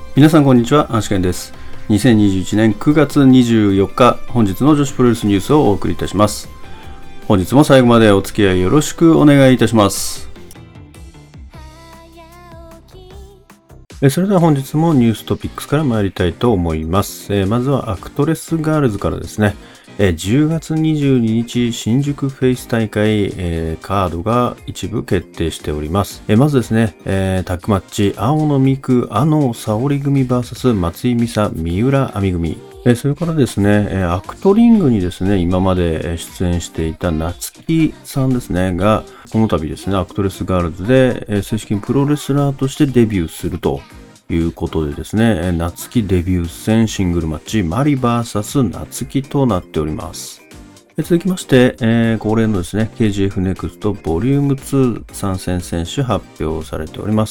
皆さんこんにちは、アンシケンです。2021年9月24日、本日の女子プロレスニュースをお送りいたします。本日も最後までお付き合いよろしくお願いいたします。それでは本日もニューストピックスから参りたいと思います。まずはアクトレスガールズからですね。10月22日新宿フェイス大会、カードが一部決定しております。まずですね、タッグマッチ青野美久、阿野沙織組 vs 松井美沙、三浦亜美組。それからですね、アクトリングにですね、今まで出演していた夏木さんですね、が、この度ですね、アクトレスガールズで、正式にプロレスラーとしてデビューするということでですね、夏木デビュー戦シングルマッチ、マリ VS 夏木となっております。続きまして、恒例のですね、KGF NEXT ボリューム2参戦選手発表されております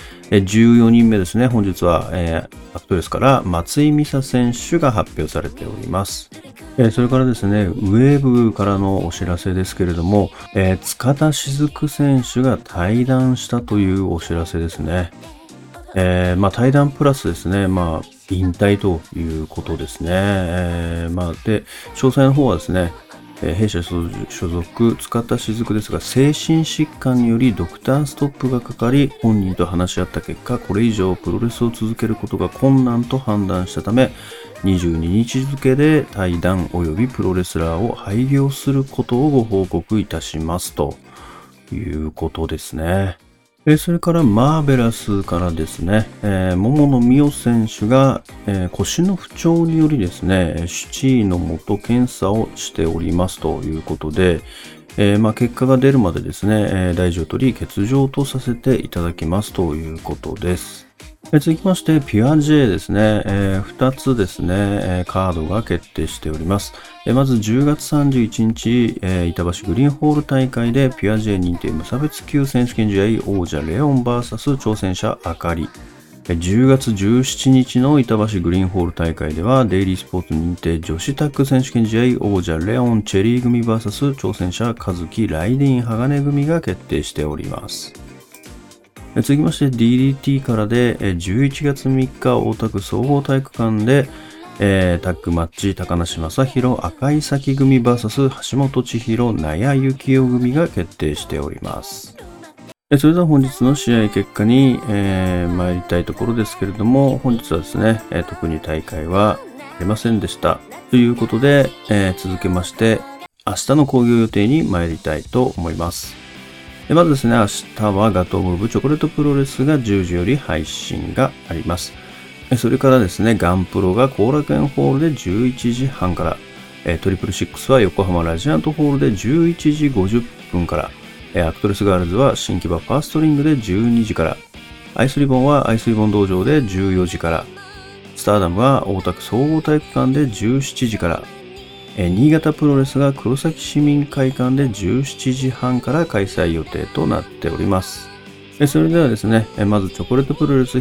。14人目ですね、本日は、アクトレスから松井美沙選手が発表されております。それからですね、ウェーブからのお知らせですけれども、塚田雫選手が退団したというお知らせですね。対談プラスですね、引退ということですね。で、詳細の方はですね、弊社所属、塚田雫ですが、精神疾患によりドクターストップがかかり、本人と話し合った結果、これ以上プロレスを続けることが困難と判断したため、22日付で退団及びプロレスラーを廃業することをご報告いたしますということですね。それからマーベラスからですね、桃野美代選手が、腰の不調によりですね、主治医のもと検査をしておりますということで、結果が出るまでですね、大事を取り欠場とさせていただきますということです。続きまして、ピュア J ですね、2つですね、カードが決定しております。まず10月31日、板橋グリーンホール大会でピュア J 認定無差別級選手権試合王者レオン VS 挑戦者あかり。10月17日の板橋グリーンホール大会ではデイリースポーツ認定女子タッグ選手権試合王者レオンチェリー組 VS 挑戦者和樹ライディン鋼組が決定しております。続きまして DDT からで11月3日大田区総合体育館でタッグマッチ高梨正宏赤井咲組 VS 橋本千尋納谷幸雄組が決定しております。それでは本日の試合結果に参りたいところですけれども、本日はですね特に大会はありませんでしたということで続けまして明日の興行予定に参りたいと思います。まずですね、明日はガトームーブチョコレートプロレスが10時より配信があります。それからですね、ガンプロが後楽園ホールで11時半から、トリプルシックスは横浜ラジアントホールで11時50分から、アクトレスガールズは新木場ファーストリングで12時から、アイスリボンはアイスリボン道場で14時から、スターダムは大田区総合体育館で17時から、新潟プロレスが黒崎市民会館で17時半から開催予定となっております。それではですね、まずチョコレートプロレス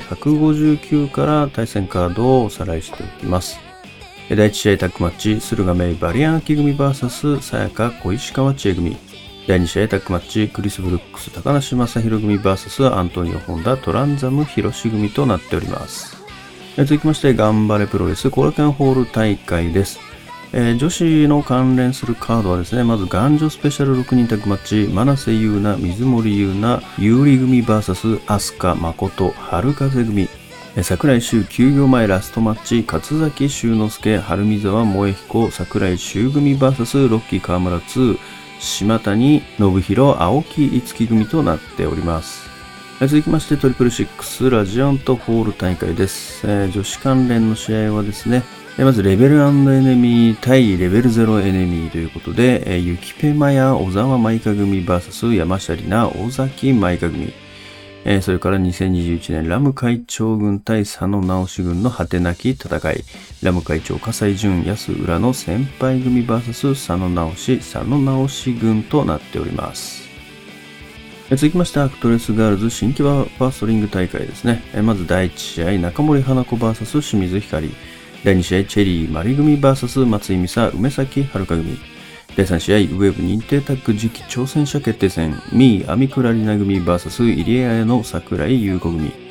159から対戦カードをおさらいしておきます。第1試合タッグマッチ、駿河メイバリアン秋組 VS さやか小石川千恵組。第2試合タッグマッチ、クリス・ブルックス高梨正宏組 VS アントニオ・ホンダトランザム・ヒロシ組となっております。続きまして、頑張れプロレス後楽園ホール大会です。女子の関連するカードはですね、まず男女スペシャル6人タッグマッチ、真瀬優奈、水森優奈、有利組 VS 飛鳥誠、春風組。櫻井秀休業前ラストマッチ、勝崎修之助、春見沢萌彦、櫻井秀組 VS ロッキー河村2、島谷信弘、青木五木組となっております。続きましてトリプルシックスラジアントホール大会です。女子関連の試合はですね、まずレベル&エネミー対レベル0エネミーということで、ゆきぺまや小沢舞香組 VS 山下里奈尾崎舞香組。それから2021年ラム会長軍対佐野直し軍の果てなき戦い。ラム会長笠井淳安浦の先輩組 VS 佐野直し軍となっております。続きましてアクトレスガールズ新木場ファーストリング大会ですね。まず第1試合中森花子 VS 清水ひかり。第2試合チェリーマリ組 VS 松井美沙梅崎遥組。第3試合ウェブ認定タッグ次期挑戦者決定戦ミーアミクラリナ組 VS 入江彩の櫻井優子組。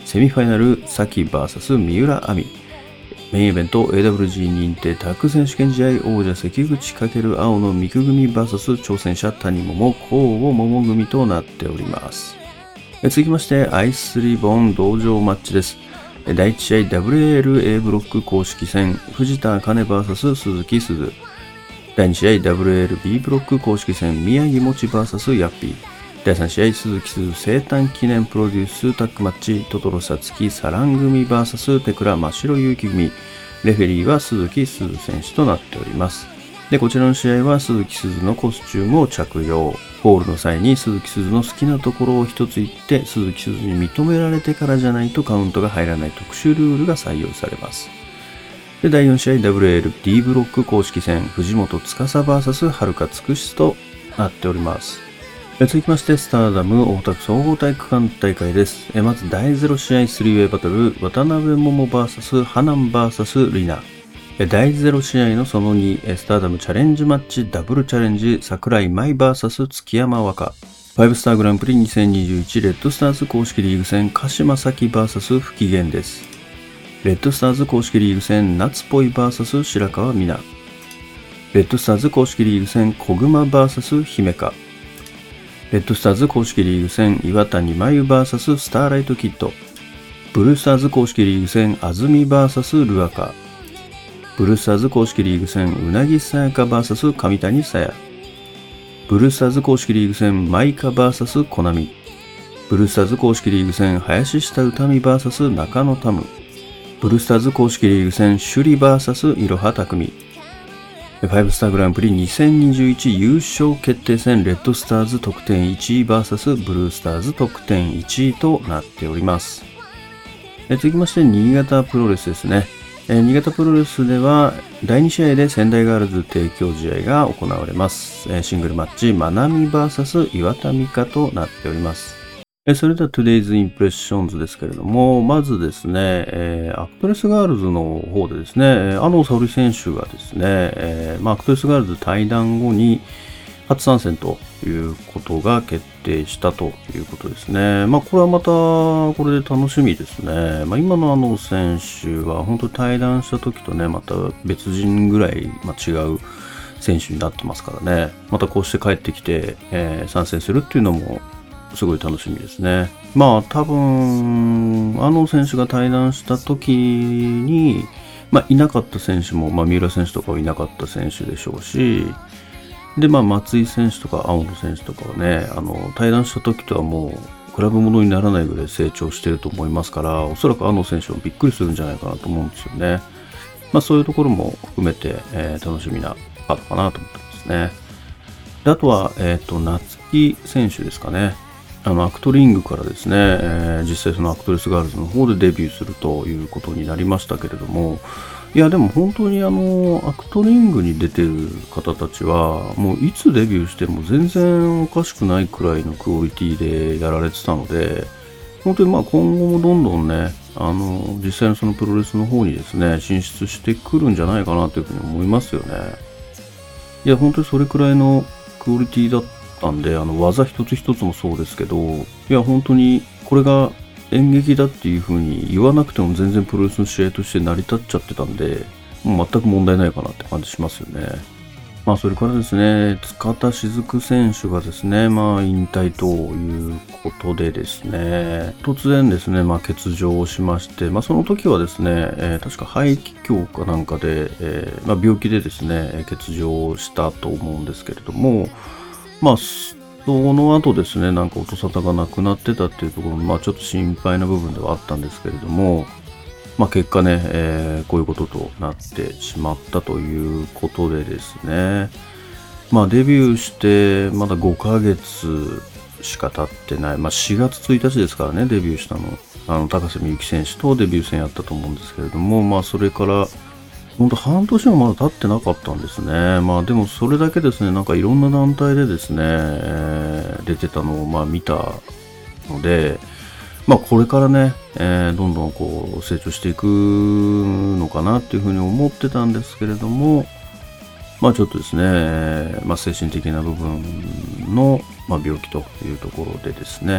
セミファイナル、サキ VS 三浦亜美。メインイベント AWG 認定タッグ選手権試合、王者関口×青の三久組 VS 挑戦者谷桃甲吾桃組となっております。続きましてアイスリボン同場マッチです。第1試合 WALA ブロック公式戦、藤田茜 VS 鈴木鈴。第2試合 WALB ブロック公式戦、宮城もち VS ヤッピー。第3試合鈴木鈴生誕記念プロデュースタッグマッチ、トトロサツキサラン組 VS テクラ真白勇気組。レフェリーは鈴木鈴選手となっております。で、こちらの試合は鈴木鈴のコスチュームを着用。フォールの際に鈴木鈴の好きなところを一つ言って鈴木鈴に認められてからじゃないとカウントが入らない特殊ルールが採用されます。で、第4試合 WALD ブロック公式戦、藤本司 VS はるかつくしとなっております。続きまして、スターダム大田区総合体育館大会です。まず第0試合 3way バトル、渡辺桃 VS ハナン VS リナ。第0試合のその2、スターダムチャレンジマッチダブルチャレンジ、桜井舞 VS 月山和歌。5スターグランプリ2021レッドスターズ公式リーグ戦、鹿島咲 VS 不機嫌です。レッドスターズ公式リーグ戦、夏っぽい VS 白川美奈。レッドスターズ公式リーグ戦、小熊 VS 姫香。レッドスターズ公式リーグ戦、岩谷真由 VS スターライトキッド。ブルースターズ公式リーグ戦、安住 VS ルアカ。ブルースターズ公式リーグ戦、うなぎさやか VS 上谷さや。ブルースターズ公式リーグ戦、マイカ VS コナミ。ブルースターズ公式リーグ戦、林下歌美 VS 中野タム。ブルースターズ公式リーグ戦、首里 VS いろはたくみ。5スターグランプリ2021優勝決定戦、レッドスターズ得点1位 VS ブルースターズ得点1位となっております。続きまして、新潟プロレスですね。新潟プロレスでは第2試合で仙台ガールズ提供試合が行われます。シングルマッチ、まなみ VS 岩田美香となっております。それでは Today's Impressions ですけれども、まずですね、アクトレスガールズの方でですね、阿野沙織選手がですね、アクトレスガールズ退団後に初参戦ということが決定したということですね。これはまたこれで楽しみですね。今の阿野選手は本当に退団した時とね、また別人ぐらい、違う選手になってますからね。またこうして帰ってきて、参戦するっていうのもすごい楽しみですね。多分、阿野選手が退団した時に、いなかった選手も、三浦選手とかはいなかった選手でしょうし、で、松井選手とか青野選手とかはね、退団した時とはもう、比べ物にならないぐらい成長していると思いますから、おそらく阿野選手もびっくりするんじゃないかなと思うんですよね。そういうところも含めて、楽しみなカードかなと思ってますね。で、あとは、夏木選手ですかね。アクトリングからですね、実際そのアクトレスガールズの方でデビューするということになりましたけれども、いやでも本当にアクトリングに出てる方たちはもういつデビューしても全然おかしくないくらいのクオリティでやられてたので、本当に今後もどんどんね、実際のそのプロレスの方にですね、進出してくるんじゃないかなというふうに思いますよね。いや本当にそれくらいのクオリティだったんで、技一つ一つもそうですけど、いや本当にこれが演劇だっていう風に言わなくても全然プロレスの試合として成り立っちゃってたんで、もう全く問題ないかなって感じしますよね。それからですね、塚田雫選手がですね、引退ということでですね、突然ですね、欠場をしまして、その時はですね、確か肺気胸かなんかで、病気でですね、欠場したと思うんですけれども、その後ですね、なんか音沙汰がなくなってたっていうところも、ちょっと心配な部分ではあったんですけれども、結果ね、こういうこととなってしまったということでですね、デビューしてまだ5ヶ月しか経ってない、4月1日ですからね、デビューしたの。高瀬美幸選手とデビュー戦やったと思うんですけれども、それから、ほんと半年もまだ経ってなかったんですね。でもそれだけですね、なんかいろんな団体でですね、出てたのを見たので、これからね、どんどんこう成長していくのかなっていうふうに思ってたんですけれども、ちょっとですね、精神的な部分の、病気というところでですね、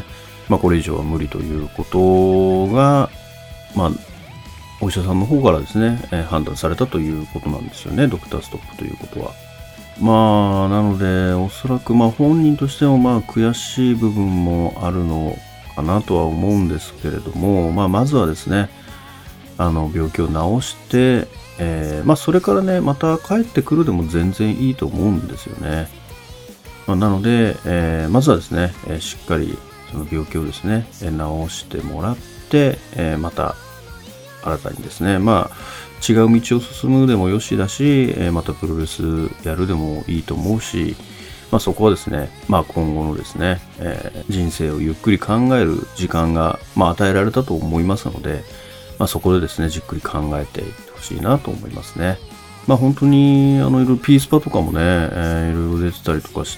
これ以上は無理ということが、お医者さんの方からですね、判断されたということなんですよね。ドクターストップということは。なので、おそらく本人としても悔しい部分もあるのかなとは思うんですけれども、まずはですね、病気を治して、それからね、また帰ってくるでも全然いいと思うんですよね。なので、まずはですね、しっかりその病気をですね、治してもらって、また新たにですね、違う道を進むでもよしだし、またプロレスやるでもいいと思うし、そこはですね、今後のですね、人生をゆっくり考える時間が、与えられたと思いますので、そこでですね、じっくり考えていってほしいなと思いますね。本当に、いろいろピースパとかもね、いろいろ出てたりとかして、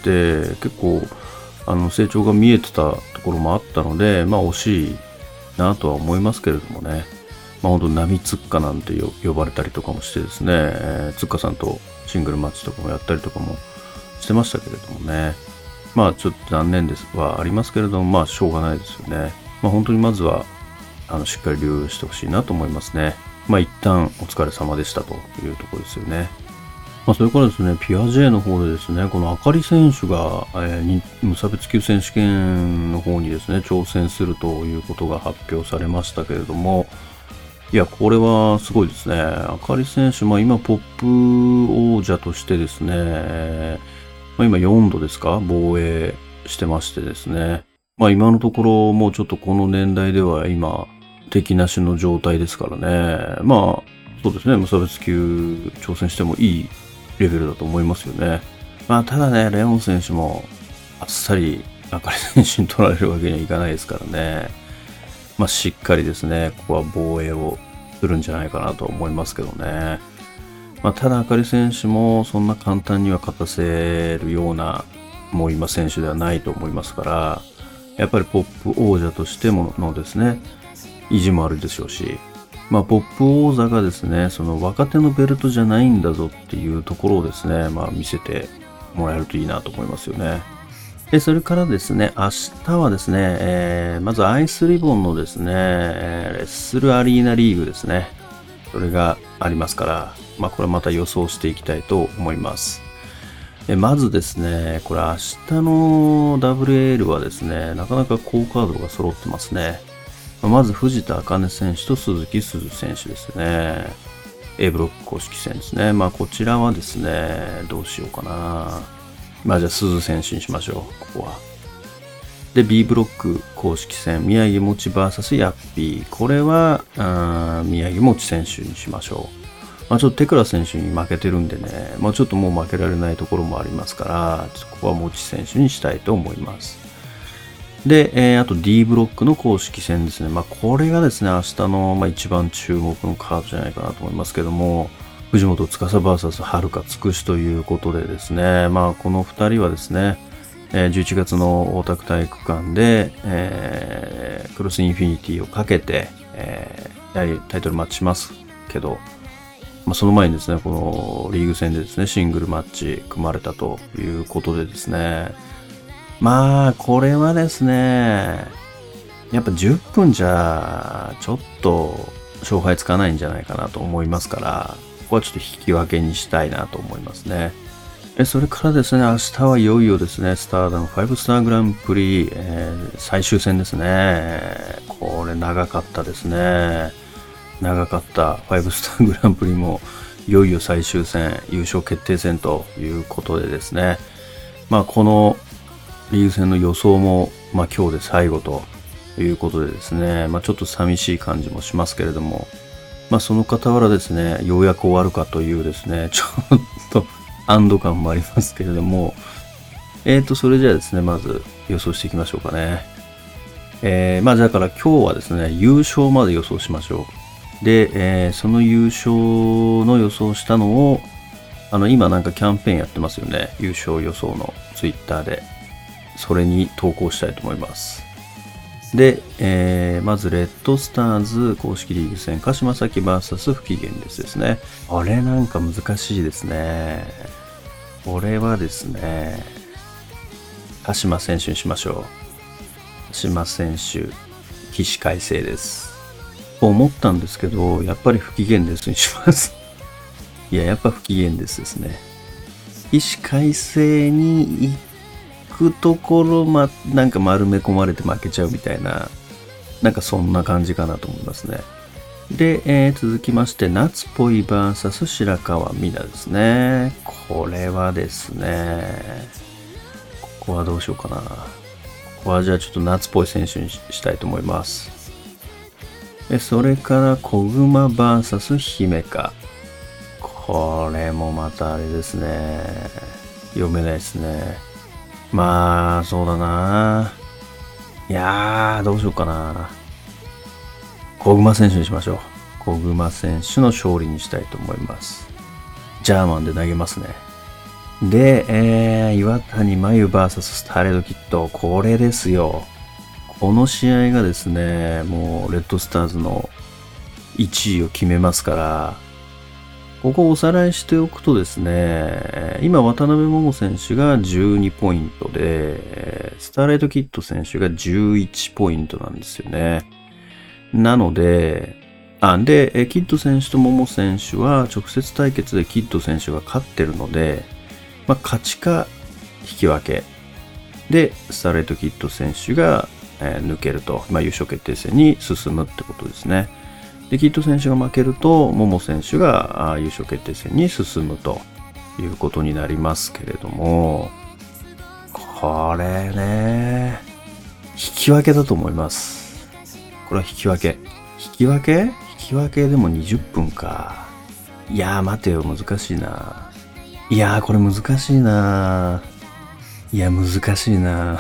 結構、成長が見えてたところもあったので、惜しいなとは思いますけれどもね。本当波つっかなんて呼ばれたりとかもしてですね、つっかさんとシングルマッチとかもやったりとかもしてましたけれどもね。ちょっと残念ですはありますけれども、しょうがないですよね。本当にまずは、しっかり療養してほしいなと思いますね。一旦お疲れ様でしたというところですよね。それからですね、ピアジェの方でですね、このあかり選手が、無差別級選手権の方にですね、挑戦するということが発表されましたけれども、いや、これはすごいですね。あかり選手、今ポップ王者としてですね、今4度ですか、防衛してましてですね。今のところもうちょっとこの年代では今、敵なしの状態ですからね。そうですね、無差別級挑戦してもいいレベルだと思いますよね。ただね、レオン選手もあっさりあかり選手に取られるわけにはいかないですからね。しっかりですね、ここは防衛をするんじゃないかなと思いますけどね。ただ、あかり選手もそんな簡単には勝たせるような、もう今選手ではないと思いますから、やっぱりポップ王者としてものですね、意地もあるでしょうし、ポップ王座がですね、その若手のベルトじゃないんだぞっていうところをですね、見せてもらえるといいなと思いますよね。それからですね、明日はですね、まずアイスリボンのですね、レッスルアリーナリーグですね。それがありますから、これまた予想していきたいと思います。まずですね、これ明日の WL はですね、なかなか好カードが揃ってますね。まず藤田茜選手と鈴木鈴選手ですね。A ブロック公式戦ですね。こちらはですね、どうしようかな。じゃあ鈴選手にしましょう、ここは。で、B ブロック公式戦、宮城もち VS ヤッピー。これは、宮城もち選手にしましょう。ちょっとテクラ選手に負けてるんでね、ちょっともう負けられないところもありますから、ここはもち選手にしたいと思います。で、あと D ブロックの公式戦ですね。これがですね、明日の、一番注目のカードじゃないかなと思いますけども、藤本司 VS はるかつくしということでですね、この2人はですね、11月の大田区体育館で、クロスインフィニティをかけて、やはりタイトルマッチしますけど、その前にですね、このリーグ戦でですね、シングルマッチ組まれたということでですね、これはですね、やっぱ10分じゃ、ちょっと勝敗つかないんじゃないかなと思いますから、ここはちょっと引き分けにしたいなと思いますね。それからですね、明日はいよいよですね、スターダム5スターグランプリ、最終戦ですね。これ長かったですね。長かった5スターグランプリも、いよいよ最終戦、優勝決定戦ということでですね、このリーグ戦の予想も、今日で最後ということでですね、ちょっと寂しい感じもしますけれども、その傍らですね、ようやく終わるかというですね、ちょっと安堵感もありますけれども、それじゃあですね、まず予想していきましょうかね。だから今日はですね、優勝まで予想しましょう。で、その優勝の予想したのを、今なんかキャンペーンやってますよね。優勝予想のツイッターで。それに投稿したいと思います。で、まずレッドスターズ公式リーグ戦、鹿島崎 VS 不機嫌ですね。これなんか難しいですね。これはですね、鹿島選手にしましょ島選手、起死回生です。と思ったんですけど、やっぱり不機嫌ですにします。いや、やっぱ不機嫌ですね。起死回生に行くところ、なんか丸め込まれて負けちゃうみたいな、なんかそんな感じかなと思いますね。で、続きまして、夏っぽい VS 白川美奈ですね。これはですね、ここはどうしようかな。ここはじゃあちょっと夏っぽい選手にしたいと思います。それから小熊 VS 姫香。これもまたあれですね。読めないですね。まあ、そうだな。いやー、どうしようかな。小熊選手にしましょう。小熊選手の勝利にしたいと思います。ジャーマンで投げますね。で、岩谷真由 VS スターレドキッド。これですよ。この試合がですね、もうレッドスターズの1位を決めますから、ここをおさらいしておくとですね、今渡辺桃選手が12ポイントで、スターレイトキッド選手が11ポイントなんですよね。なので、キッド選手と桃選手は直接対決でキッド選手が勝ってるので、勝ちか引き分けでスターレイトキッド選手が、抜けると、優勝決定戦に進むってことですね。で、キッド選手が負けると、桃選手が優勝決定戦に進むということになりますけれども、これね、引き分けだと思います。これは引き分け。引き分けでも20分か。いやー待てよ、難しいな。いやーこれ難しいな。いや、難しいな。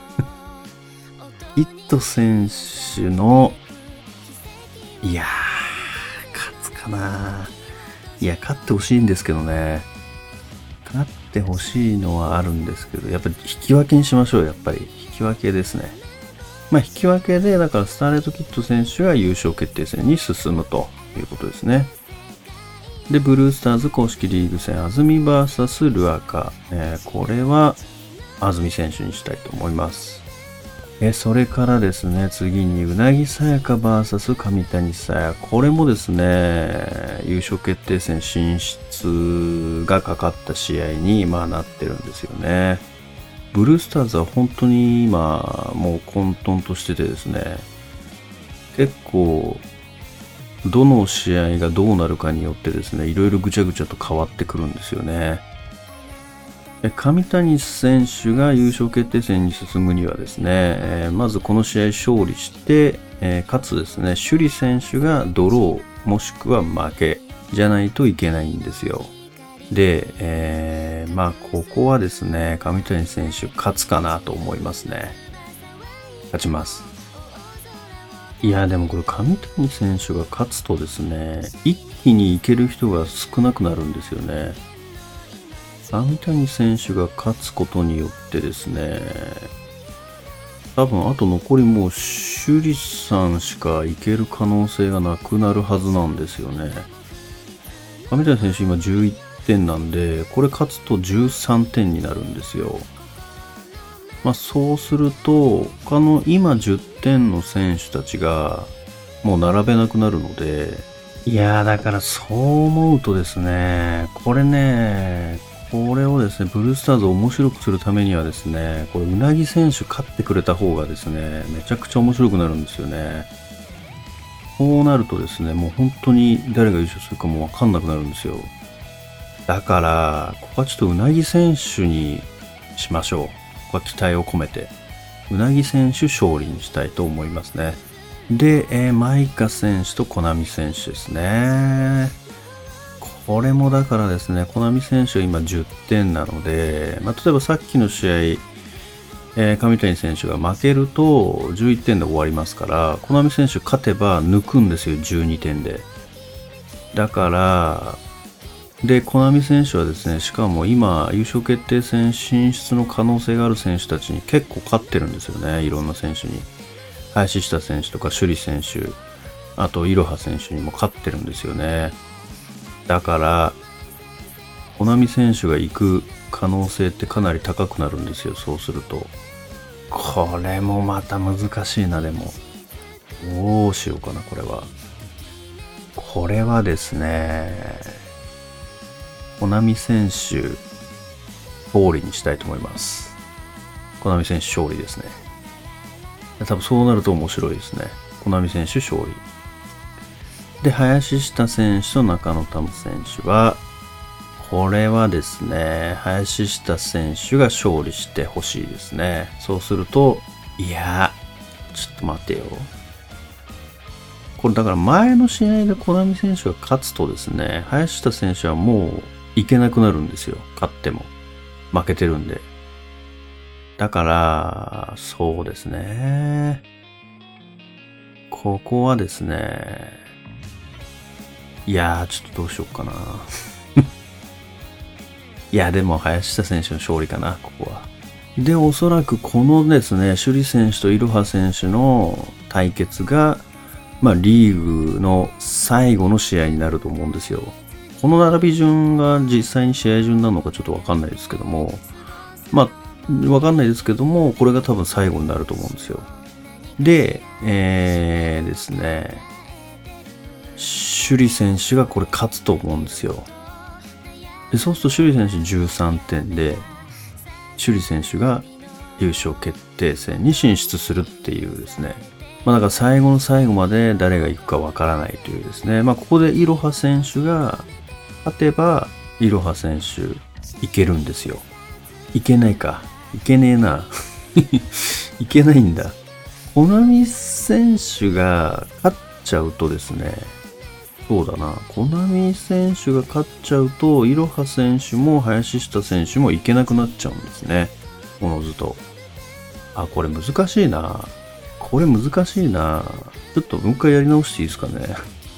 キッド選手の、いやー、勝つかな。いや、勝ってほしいんですけどね。勝ってほしいのはあるんですけど、やっぱり引き分けにしましょう、やっぱり。引き分けですね。引き分けで、だからスターレットキッド選手が優勝決定戦に進むということですね。で、ブルースターズ公式リーグ戦、安住 VS ルアカ。これは、安住選手にしたいと思います。それからですね、次にうなぎさやか VS 上谷さや。これもですね、優勝決定戦進出がかかった試合に、なってるんですよね。ブルースターズは本当に今、もう混沌としててですね、結構、どの試合がどうなるかによってですね、いろいろぐちゃぐちゃと変わってくるんですよね。上谷選手が優勝決定戦に進むにはですね、まずこの試合勝利して、かつですね、首里選手がドローもしくは負けじゃないといけないんですよ。で、ここはですね、上谷選手勝つかなと思いますね。勝ちます。いや、でもこれ上谷選手が勝つとですね、一気にいける人が少なくなるんですよね。上谷選手が勝つことによってですね、多分あと残りもう首里さんしかいける可能性がなくなるはずなんですよね。上谷選手今11点なんで、これ勝つと13点になるんですよ。そうすると、他の今10点の選手たちがもう並べなくなるので、いやーだからそう思うとですね、これをですね、ブルースターズを面白くするためにはですね、これうなぎ選手勝ってくれた方がですね、めちゃくちゃ面白くなるんですよね。こうなるとですね、もう本当に誰が優勝するかもわかんなくなるんですよ。だから、ここはちょっとうなぎ選手にしましょう。ここは期待を込めて。うなぎ選手勝利にしたいと思いますね。で、マイカ選手とコナミ選手ですね。これもだからですね、コナミ選手は今10点なので、例えばさっきの試合、上谷選手が負けると11点で終わりますから、コナミ選手勝てば抜くんですよ、12点で。だから、で、コナミ選手はですね、しかも今、優勝決定戦進出の可能性がある選手たちに結構勝ってるんですよね、いろんな選手に。林下選手とか首里選手、あといろは選手にも勝ってるんですよね。だから、コナミ選手が行く可能性ってかなり高くなるんですよ、そうすると。 これもまた難しいな、でも。どうしようかな、これは。これはですね、コナミ選手、勝利にしたいと思います。コナミ選手勝利ですね。多分そうなると面白いですね。コナミ選手勝利。で、林下選手と中野タム選手は、これはですね、林下選手が勝利してほしいですね。そうすると、いや、ちょっと待てよ。これだから前の試合でコナミ選手が勝つとですね、林下選手はもういけなくなるんですよ。勝っても。負けてるんで。だから、そうですね。ここはですね、いやー、ちょっとどうしようかな。いや、でも林下選手の勝利かな、ここは。で、おそらくこのですね、首里選手といろは選手の対決が、リーグの最後の試合になると思うんですよ。この並び順が実際に試合順なのかちょっとわかんないですけども、わかんないですけども、これが多分最後になると思うんですよ。で、ですね、首里選手がこれ勝つと思うんですよ。で、そうすると首里選手13点で、首里選手が優勝決定戦に進出するっていうですね。だから最後の最後まで誰が行くかわからないというですね。ここでいろは選手が勝てば、いろは選手いけるんですよ。いけないか。いけねえな。いけないんだ。コナミ選手が勝っちゃうとですね、そうだな。コナミ選手が勝っちゃうと、いろは選手も林下選手もいけなくなっちゃうんですね。おのずと。あ、これ難しいな。これ難しいな。ちょっともう一回やり直していいですかね。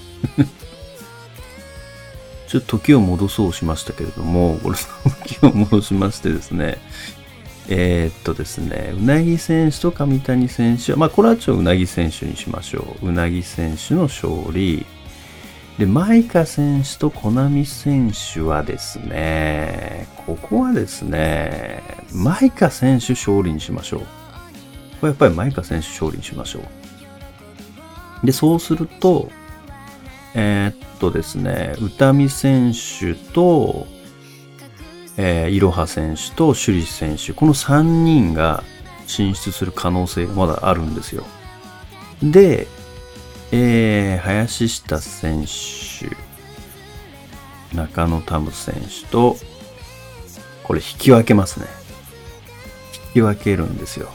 ちょっと時を戻そうしましたけれども、これ時を戻しましてですね。ですね、うなぎ選手と上谷選手は、これはうなぎ選手にしましょう。うなぎ選手の勝利。で、マイカ選手とコナミ選手はですね、ここはですね、マイカ選手勝利にしましょう。これやっぱりマイカ選手勝利にしましょう。で、そうすると、ですね、歌見選手と、いろは選手と首里選手、この3人が進出する可能性がまだあるんですよ。で、林下選手、中野タム選手と、これ引き分けますね。引き分けるんですよ。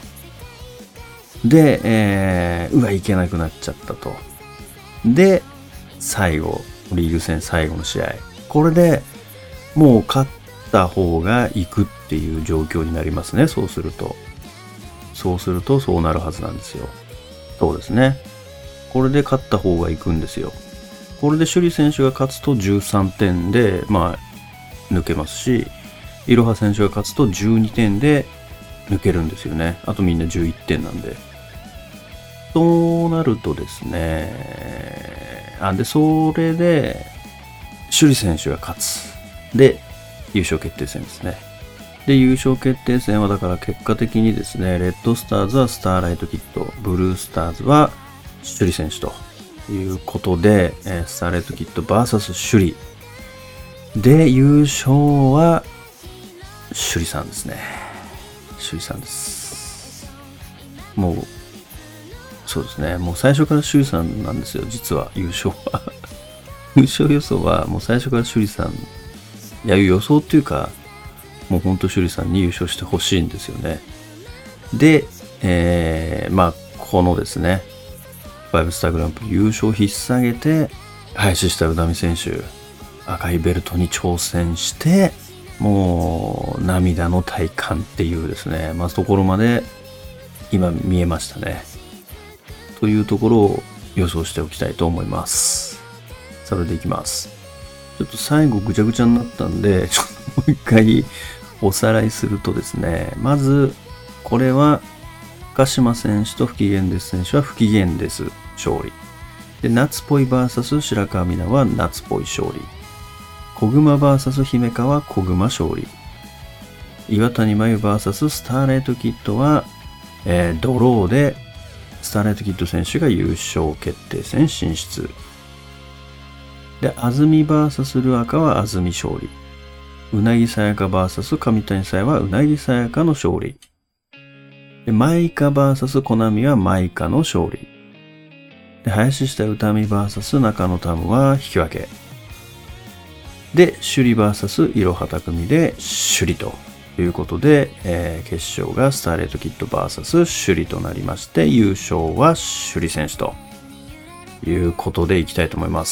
で、いけなくなっちゃったと。で、最後、リーグ戦最後の試合。これでもう勝った方が行くっていう状況になりますね。そうするとそうなるはずなんですよ。そうですね。これで勝った方が行くんですよ。これで首里選手が勝つと13点で、抜けますし、いろは選手が勝つと12点で抜けるんですよね。あとみんな11点なんで。そうなるとですね、で、それで、首里選手が勝つ。で、優勝決定戦ですね。で、優勝決定戦はだから結果的にですね、レッドスターズはスターライトキッド、ブルースターズは首里選手ということで、スターライトキッド VS 首里。で、優勝は首里さんですね。首里さんです。もう、そうですね。もう最初から首里さんなんですよ、実は優勝は。優勝予想はもう最初から首里さん、予想っていうか、もうほんと首里さんに優勝してほしいんですよね。で、このですね、5スターグランプリ優勝を引っ提げて、林下うだみ選手、赤いベルトに挑戦して、もう涙の体感っていうですね、ところまで今見えましたね。というところを予想しておきたいと思います。それでいきます。ちょっと最後ぐちゃぐちゃになったんで、ちょっともう一回おさらいするとですね、まず、これは、鹿島選手と不機嫌です選手は不機嫌です勝利。で、夏っぽい VS 白川美奈は夏っぽい勝利。小熊 VS 姫川は小熊勝利。岩谷真由 VS スターライトキッドはドローでスターライトキッド選手が優勝決定戦進出。で、安住 VS ルアカは安住勝利。うなぎさやか VS 上谷さやはうなぎさやかの勝利。で、マイカ VS コナミはマイカの勝利。で、林下歌美 VS 中野タムは引き分け。で、首里 VS いろは匠で首里ということで、決勝がスターレートキッド VS 首里となりまして、優勝は首里選手ということでいきたいと思います。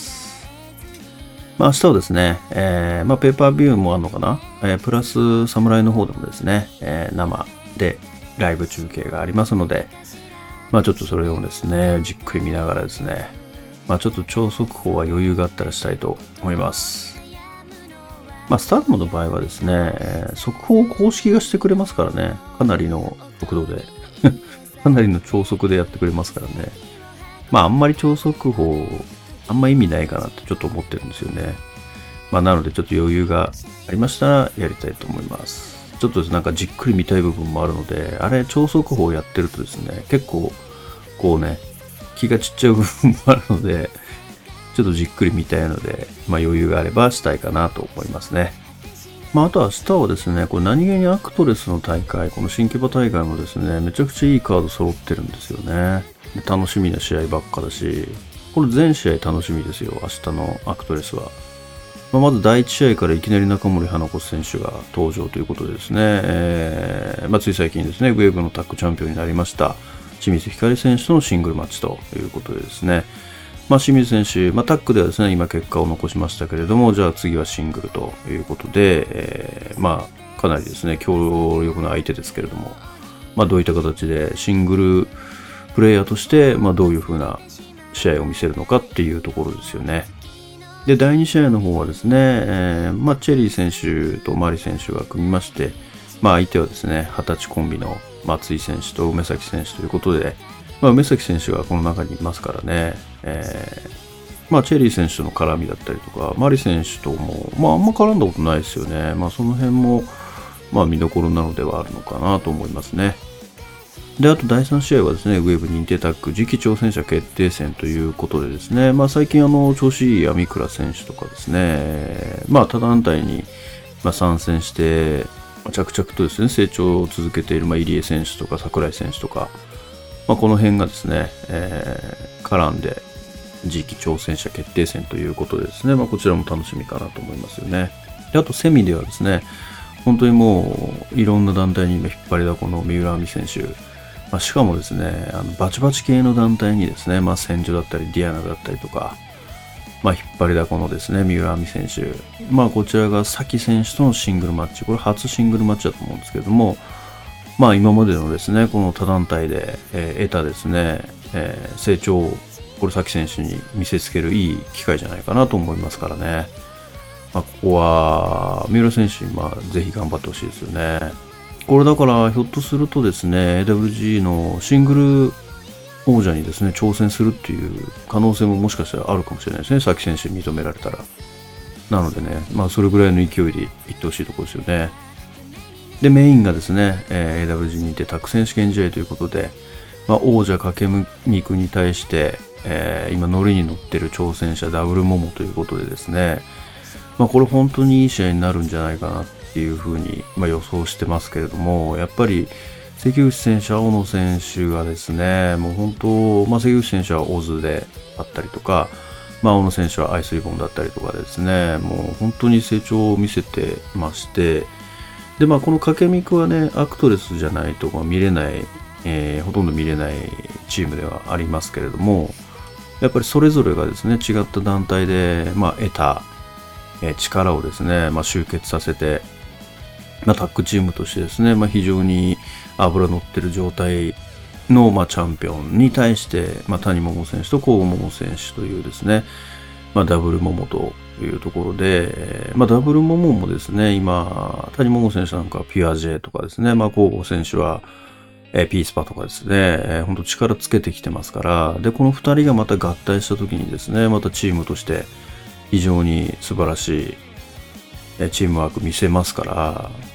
明日はですね、ペーパービューもあるのかな、プラス侍の方でもですね、生でライブ中継がありますので、ちょっとそれをですね、じっくり見ながらですね、ちょっと超速報は余裕があったらしたいと思います。スターダムの場合はですね、速報を公式がしてくれますからね、かなりの速度で、かなりの超速でやってくれますからね。あんまり超速報、あんま意味ないかなってちょっと思ってるんですよね。なのでちょっと余裕がありましたらやりたいと思います。ちょっとなんかじっくり見たい部分もあるので、あれ超速報やってるとですね、結構こうね、気が散っちゃう部分もあるので、ちょっとじっくり見たいので、余裕があればしたいかなと思いますね。あと明日はですね、これ何気にアクトレスの大会、この新規場大会もですね、めちゃくちゃいいカード揃ってるんですよね。で楽しみな試合ばっかだし、これ全試合楽しみですよ、明日のアクトレスは。まず第1試合からいきなり中森花子選手が登場ということでですね、つい最近ですね、ウェーブのタッグチャンピオンになりました清水ひかり選手とのシングルマッチということでですね、清水選手、タッグではですね、今結果を残しましたけれども、じゃあ次はシングルということで、かなりですね、強力な相手ですけれども、どういった形でシングルプレイヤーとして、どういう風な試合を見せるのかっていうところですよね。で、第2試合の方はですね、チェリー選手とマリ選手が組みまして、相手はですね、20歳コンビの松井選手と梅崎選手ということで、梅崎選手がこの中にいますからね、チェリー選手との絡みだったりとか、マリ選手とも、あんま絡んだことないですよね。その辺も、見どころなのではあるのかなと思いますね。で、あと第3試合はですね、ウェーブ認定タッグ次期挑戦者決定戦ということでですね、最近調子いい網倉選手とかですね、他団体に参戦して、着々とですね、成長を続けている入江選手とか櫻井選手とか、この辺がですね、絡んで次期挑戦者決定戦ということでですね、こちらも楽しみかなと思いますよね。で、あとセミではですね、本当にもういろんな団体に今引っ張りだこの三浦亜美選手、しかもですね、バチバチ系の団体にですね、戦場だったりディアナだったりとか、引っ張りだこのですね、三浦亜美選手、こちらが崎選手とのシングルマッチ、これ初シングルマッチだと思うんですけれども、今までのですね、この他団体で、得たですね、成長をこれ崎選手に見せつけるいい機会じゃないかなと思いますからね。ここは三浦選手にぜひ頑張ってほしいですよね。これだからひょっとするとですね、AWG のシングル王者にですね、挑戦するっていう可能性ももしかしたらあるかもしれないですね、崎選手に認められたら。なのでね、それぐらいの勢いでいってほしいところですよね。で、メインがですね、AWG にてタッグ選手権試合ということで、王者掛見くに対して、今乗りに乗ってる挑戦者ダブルモモということでですね、これ本当にいい試合になるんじゃないかなっていうふうに、予想してますけれども、やっぱり関口選手、青野選手がですね、もう本当、関口選手はオズであったりとか、青野選手はアイスリボンだったりとかですね、もう本当に成長を見せてまして、で、この掛見くはね、アクトレスじゃないと見れない、ほとんど見れないチームではありますけれども、やっぱりそれぞれがですね、違った団体で、得た、力をですね、集結させて、タッグチームとしてですね、非常に脂乗ってる状態の、チャンピオンに対して、谷桃選手と甲賀桃選手というですね、ダブル桃というところで、ダブル桃もですね、今、谷桃選手なんかはピュア J とかですね、甲賀選手は、ピースパとかですね、本当力つけてきてますから、で、この二人がまた合体した時にですね、またチームとして非常に素晴らしいチームワーク見せますから、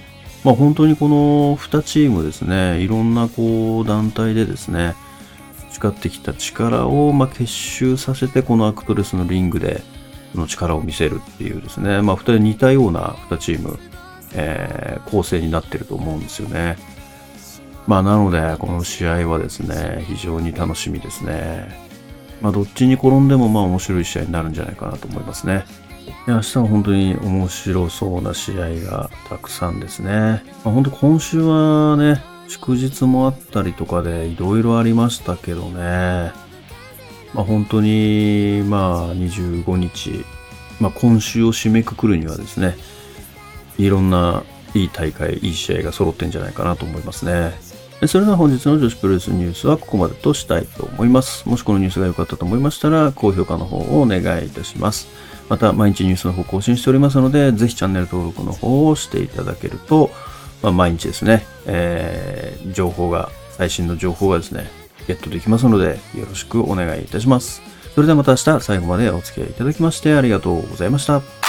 本当にこの2チームですね、いろんな団体でですね、培ってきた力を結集させて、このアクトレスのリングでその力を見せるっていうですね、2人似たような2チーム、構成になってると思うんですよね。なので、この試合はですね、非常に楽しみですね。どっちに転んでも面白い試合になるんじゃないかなと思いますね。明日は本当に面白そうな試合がたくさんですね。本当今週はね、祝日もあったりとかでいろいろありましたけどね。本当に25日、今週を締めくくるにはですね、いろんないい大会、いい試合が揃ってんじゃないかなと思いますね。それでは本日の女子プロレスニュースはここまでとしたいと思います。もしこのニュースが良かったと思いましたら、高評価の方をお願いいたします。また、毎日ニュースの方更新しておりますので、ぜひチャンネル登録の方をしていただけると、毎日ですね、最新の情報がですね、ゲットできますので、よろしくお願いいたします。それではまた明日最後までお付き合いいただきましてありがとうございました。